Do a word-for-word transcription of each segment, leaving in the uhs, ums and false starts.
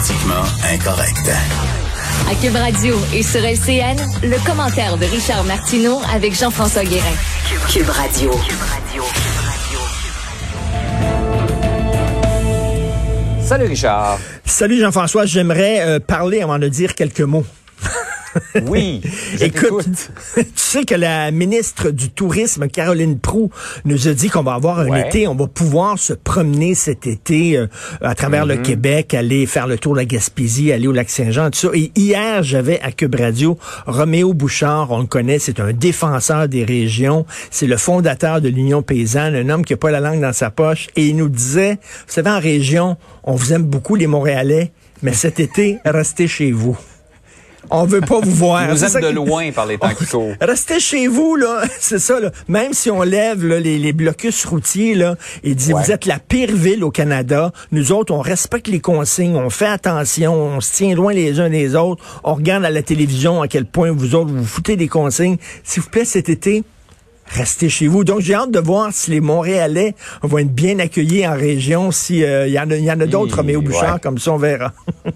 Politiquement incorrect. À Cube Radio et sur L C N, le commentaire de Richard Martineau avec Jean-François Guérin. Cube Radio. Cube Radio. Salut Richard. Salut Jean-François, j'aimerais euh, parler avant de dire quelques mots. Oui, écoute, tu sais que la ministre du Tourisme, Caroline Proulx, nous a dit qu'on va avoir un ouais. été, on va pouvoir se promener cet été euh, à travers mm-hmm. le Québec, aller faire le tour de la Gaspésie, aller au Lac-Saint-Jean, tout ça. Et hier, j'avais à Cube Radio Roméo Bouchard, on le connaît, c'est un défenseur des régions, c'est le fondateur de l'Union paysanne, un homme qui n'a pas la langue dans sa poche, et il nous disait, vous savez, en région, on vous aime beaucoup les Montréalais, mais cet été, restez chez vous. On veut pas vous voir. Vous êtes de que... loin par les temps qui courent. Restez chez vous, là. C'est ça, là. Même si on lève là, les, les blocus routiers, là, et dit, ouais. vous êtes la pire ville au Canada. Nous autres, on respecte les consignes, on fait attention, on se tient loin les uns des autres. On regarde à la télévision à quel point vous autres, vous vous foutez des consignes. S'il vous plaît, cet été, restez chez vous. Donc, j'ai hâte de voir si les Montréalais vont être bien accueillis en région, si il euh, y en a, y en a d'autres, Roméo Bouchard, ouais. comme ça, on verra.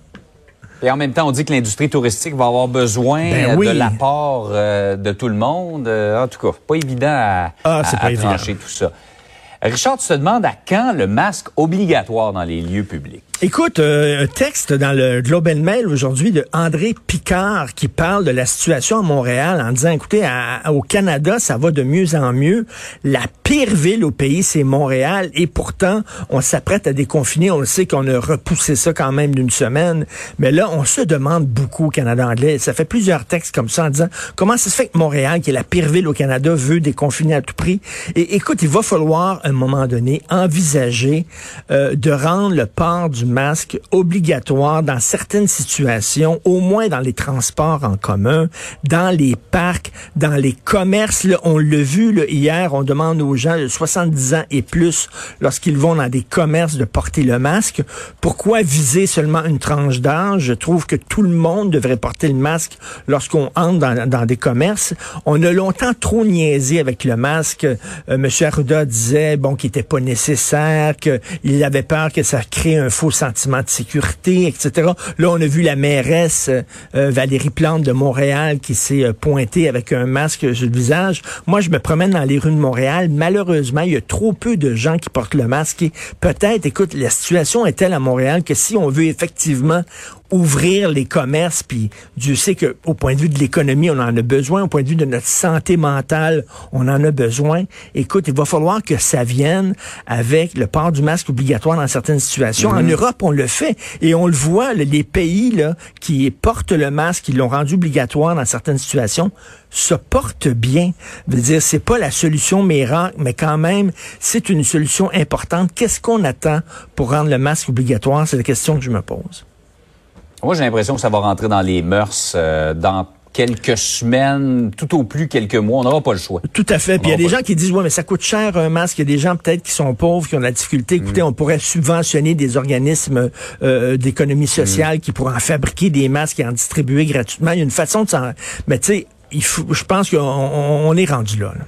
Et en même temps, on dit que l'industrie touristique va avoir besoin ben oui. de l'apport euh, de tout le monde. Euh, en tout cas, pas évident à, ah, à, c'est pas à évident. trancher tout ça. Richard, tu te demandes à quand le masque obligatoire dans les lieux publics? Écoute, euh, un texte dans le Globe and Mail aujourd'hui de André Picard qui parle de la situation à Montréal en disant, écoutez, à, au Canada, ça va de mieux en mieux. La pire ville au pays, c'est Montréal. Et pourtant, on s'apprête à déconfiner. On le sait qu'on a repoussé ça quand même d'une semaine. Mais là, on se demande beaucoup au Canada anglais. Ça fait plusieurs textes comme ça en disant, comment ça se fait que Montréal, qui est la pire ville au Canada, veut déconfiner à tout prix? Et écoute, il va falloir, à un moment donné, envisager euh, de rendre le port du masque obligatoire dans certaines situations, au moins dans les transports en commun, dans les parcs, dans les commerces. Là, on l'a vu là, hier, on demande aux gens de soixante-dix ans et plus, lorsqu'ils vont dans des commerces, de porter le masque. Pourquoi viser seulement une tranche d'âge? Je trouve que tout le monde devrait porter le masque lorsqu'on entre dans, dans des commerces. On a longtemps trop niaisé avec le masque. Euh, M. Arruda disait bon qu'il était pas nécessaire, qu'il avait peur que ça crée un faux sentiment de sécurité, et cetera. Là, on a vu la mairesse euh, Valérie Plante de Montréal qui s'est euh, pointée avec un masque sur le visage. Moi, je me promène dans les rues de Montréal. Malheureusement, il y a trop peu de gens qui portent le masque. Et peut-être, écoute, la situation est telle à Montréal que si on veut effectivement ouvrir les commerces, puis Dieu sait que au point de vue de l'économie, on en a besoin, au point de vue de notre santé mentale, on en a besoin. Écoute, il va falloir que ça vienne avec le port du masque obligatoire dans certaines situations. Mmh. En Europe, on le fait, et on le voit, là, les pays là qui portent le masque, qui l'ont rendu obligatoire dans certaines situations, se portent bien. Je veux dire, c'est pas la solution miracle, mais quand même, c'est une solution importante. Qu'est-ce qu'on attend pour rendre le masque obligatoire? C'est la question que je me pose. Moi, j'ai l'impression que ça va rentrer dans les mœurs euh, dans quelques semaines, tout au plus quelques mois. On n'aura pas le choix. Tout à fait. Puis il y a des gens qui disent, ouais, mais ça coûte cher un masque. Il y a des gens peut-être qui sont pauvres, qui ont de la difficulté. Écoutez, mmh. on pourrait subventionner des organismes euh, d'économie sociale mmh. qui pourraient en fabriquer des masques et en distribuer gratuitement. Il y a une façon de s'en... Mais tu sais, il faut, je pense qu'on on, on est rendu là, là.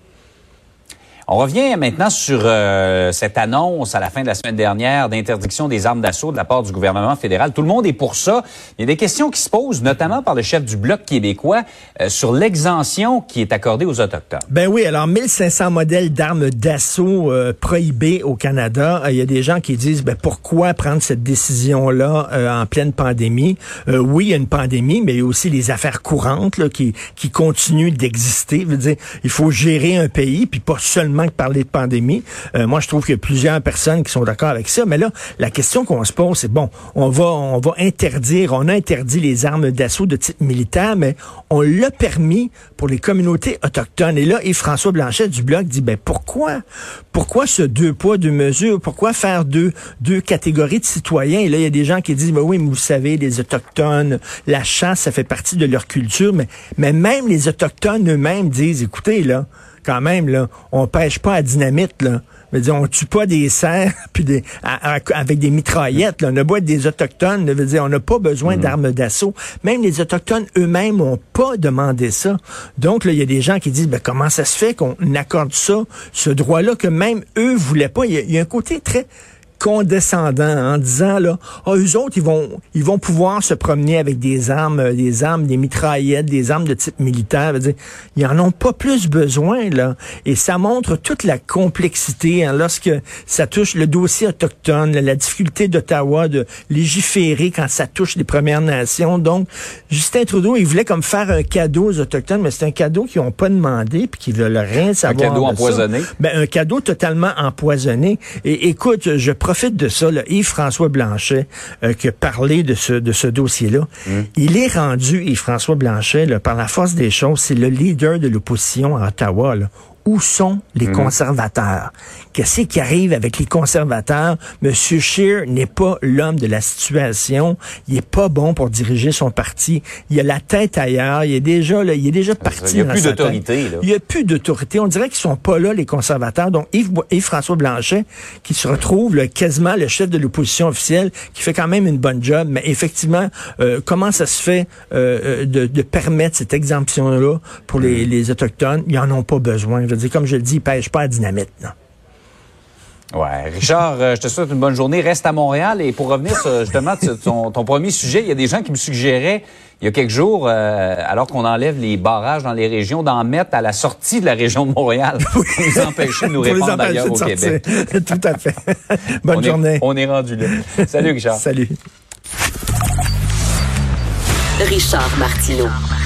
On revient maintenant sur euh, cette annonce à la fin de la semaine dernière d'interdiction des armes d'assaut de la part du gouvernement fédéral. Tout le monde est pour ça. Il y a des questions qui se posent, notamment par le chef du Bloc québécois, euh, sur l'exemption qui est accordée aux Autochtones. Ben oui, alors mille cinq cents modèles d'armes d'assaut euh, prohibés au Canada. Il euh, y a des gens qui disent, ben pourquoi prendre cette décision-là euh, en pleine pandémie? Euh, oui, il y a une pandémie, mais il y a aussi les affaires courantes là, qui, qui continuent d'exister. Je veux dire, il faut gérer un pays, puis pas seulement que parler de pandémie. Euh, moi, je trouve qu'il y a plusieurs personnes qui sont d'accord avec ça. Mais là, la question qu'on se pose, c'est bon, on va, on va interdire, on a interdit les armes d'assaut de type militaire, mais on l'a permis pour les communautés autochtones. Et là, Yves-François Blanchet du Bloc dit, ben pourquoi? Pourquoi ce deux poids, deux mesures? Pourquoi faire deux, deux catégories de citoyens? Et là, il y a des gens qui disent, ben oui, mais vous savez, les Autochtones, la chasse, ça fait partie de leur culture. Mais, mais même les Autochtones eux-mêmes disent, écoutez, là, quand même, là, on pêche pas à dynamite, là. Je veux dire, on tue pas des cerfs puis des, à, à, avec des mitraillettes, là. On a beau être des Autochtones, je veux dire, on n'a pas besoin mmh. d'armes d'assaut. Même les Autochtones eux-mêmes n'ont pas demandé ça. Donc, là, il y a des gens qui disent, ben, comment ça se fait qu'on accorde ça, ce droit-là, que même eux voulaient pas? Il y a, il y a un côté très condescendant en disant, là, ah, eux autres, ils vont, ils vont pouvoir se promener avec des armes, euh, des armes, des mitraillettes, des armes de type militaire. Dire, ils en ont pas plus besoin, là. Et ça montre toute la complexité, hein, lorsque ça touche le dossier autochtone, la, la difficulté d'Ottawa de légiférer quand ça touche les Premières Nations. Donc, Justin Trudeau, il voulait comme faire un cadeau aux Autochtones, mais c'est un cadeau qu'ils n'ont pas demandé puis qu'ils veulent rien savoir. Un cadeau empoisonné. Ben, un cadeau totalement empoisonné. Et écoute, je profite de ça, là, Yves-François Blanchet, euh, qui a parlé de ce, de ce dossier-là. Mmh. Il est rendu, Yves-François Blanchet, là, par la force des choses, c'est le leader de l'opposition à Ottawa, là. Où sont les mmh. conservateurs? Qu'est-ce qui arrive avec les conservateurs? Monsieur Scheer n'est pas l'homme de la situation. Il est pas bon pour diriger son parti. Il a la tête ailleurs. Il est déjà, là, il est déjà parti. Il n'y a plus d'autorité, là. Il n'y a plus d'autorité. On dirait qu'ils sont pas là, les conservateurs. Donc, Yves, Yves-François Blanchet, qui se retrouve là, quasiment le chef de l'opposition officielle, qui fait quand même une bonne job. Mais effectivement, euh, comment ça se fait euh, de, de permettre cette exemption-là pour les, mmh. les Autochtones? Ils en ont pas besoin. Je veux dire, comme je le dis, ils pêchent pas à dynamite, non. Ouais, Richard, euh, je te souhaite une bonne journée. Reste à Montréal. Et pour revenir sur justement ton, ton premier sujet, il y a des gens qui me suggéraient il y a quelques jours, euh, alors qu'on enlève les barrages dans les régions, d'en mettre à la sortie de la région de Montréal pour nous empêcher de nous répandre ailleurs au Québec. Tout à fait. Bonne on journée. Est, on est rendu là. Salut, Richard. Salut. Richard Martineau.